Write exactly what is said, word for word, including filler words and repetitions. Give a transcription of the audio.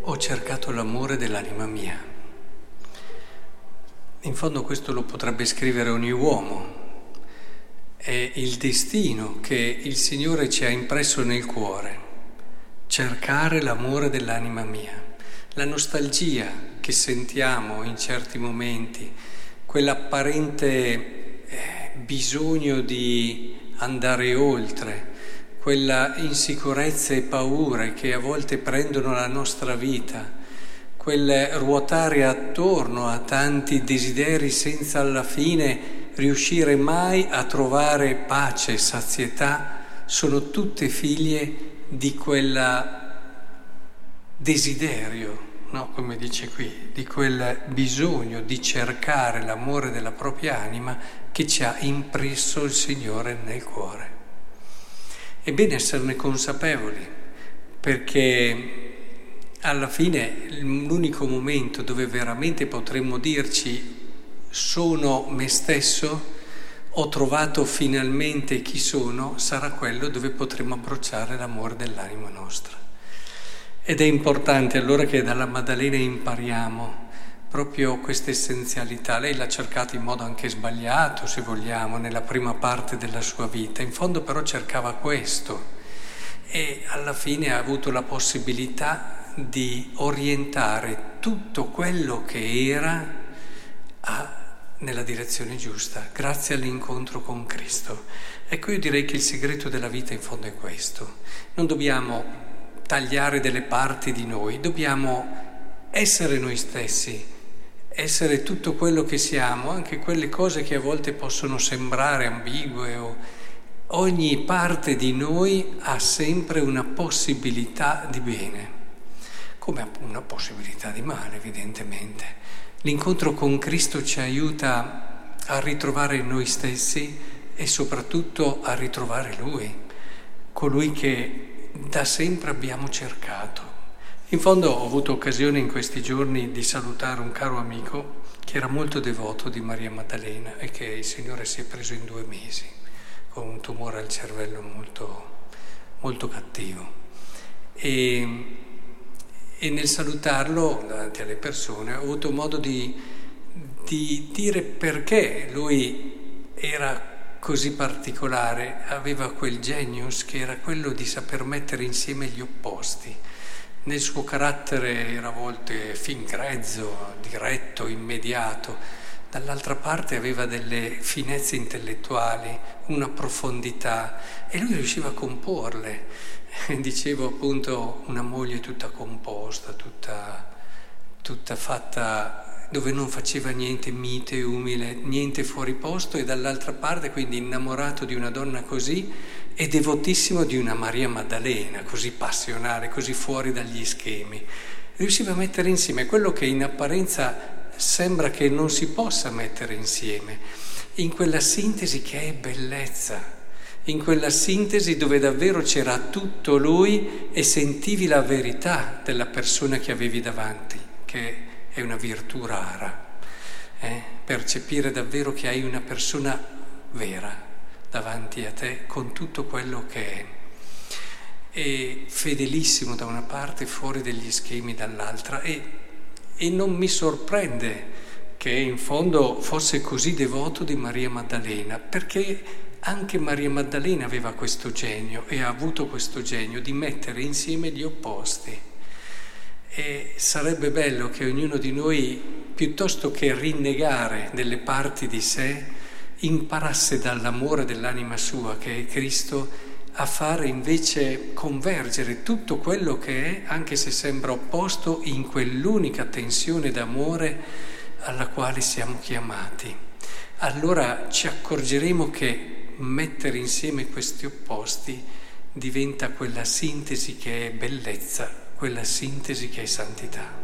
ho cercato l'amore dell'anima mia. In fondo questo lo potrebbe scrivere ogni uomo. È il destino che il Signore ci ha impresso nel cuore, cercare l'amore dell'anima mia. La nostalgia che sentiamo in certi momenti, quell'apparente eh, bisogno di andare oltre, quella insicurezza e paure che a volte prendono la nostra vita, quel ruotare attorno a tanti desideri senza alla fine riuscire mai a trovare pace e sazietà, sono tutte figlie di quel desiderio, no? Come dice qui, di quel bisogno di cercare l'amore della propria anima che ci ha impresso il Signore nel cuore. È bene esserne consapevoli, perché alla fine l'unico momento dove veramente potremmo dirci sono me stesso, ho trovato finalmente chi sono, sarà quello dove potremo abbracciare l'amore dell'anima nostra. Ed è importante allora che dalla Maddalena impariamo proprio questa essenzialità. Lei l'ha cercata in modo anche sbagliato, se vogliamo, nella prima parte della sua vita. In fondo però cercava questo e alla fine ha avuto la possibilità di orientare tutto quello che era a, nella direzione giusta, grazie all'incontro con Cristo. Ecco, io direi che il segreto della vita in fondo è questo. Non dobbiamo tagliare delle parti di noi, dobbiamo essere noi stessi, essere tutto quello che siamo, anche quelle cose che a volte possono sembrare ambigue. O ogni parte di noi ha sempre una possibilità di bene, come una possibilità di male, evidentemente. L'incontro con Cristo ci aiuta a ritrovare noi stessi e soprattutto a ritrovare Lui, colui che da sempre abbiamo cercato. In fondo ho avuto occasione in questi giorni di salutare un caro amico che era molto devoto di Maria Maddalena e che il Signore si è preso in due mesi con un tumore al cervello molto, molto cattivo. E, e nel salutarlo davanti alle persone ho avuto modo di, di dire perché lui era così particolare, aveva quel genius che era quello di saper mettere insieme gli opposti. Nel suo carattere era a volte fin grezzo, diretto, immediato, dall'altra parte aveva delle finezze intellettuali, una profondità e lui riusciva a comporle. Dicevo appunto una moglie tutta composta, tutta, tutta fatta dove non faceva niente mite, umile, niente fuori posto, e dall'altra parte quindi innamorato di una donna così e devotissimo di una Maria Maddalena, così passionale, così fuori dagli schemi. Riusciva a mettere insieme quello che in apparenza sembra che non si possa mettere insieme, in quella sintesi che è bellezza, in quella sintesi dove davvero c'era tutto lui e sentivi la verità della persona che avevi davanti, che è una virtù rara, eh? Percepire davvero che hai una persona vera davanti a te con tutto quello che è, e fedelissimo da una parte, fuori degli schemi dall'altra, e, e non mi sorprende che in fondo fosse così devoto di Maria Maddalena, perché anche Maria Maddalena aveva questo genio e ha avuto questo genio di mettere insieme gli opposti. E sarebbe bello che ognuno di noi, piuttosto che rinnegare delle parti di sé, imparasse dall'amore dell'anima sua, che è Cristo, a fare invece convergere tutto quello che è, anche se sembra opposto, in quell'unica tensione d'amore alla quale siamo chiamati. Allora ci accorgeremo che mettere insieme questi opposti diventa quella sintesi che è bellezza, quella sintesi che è santità.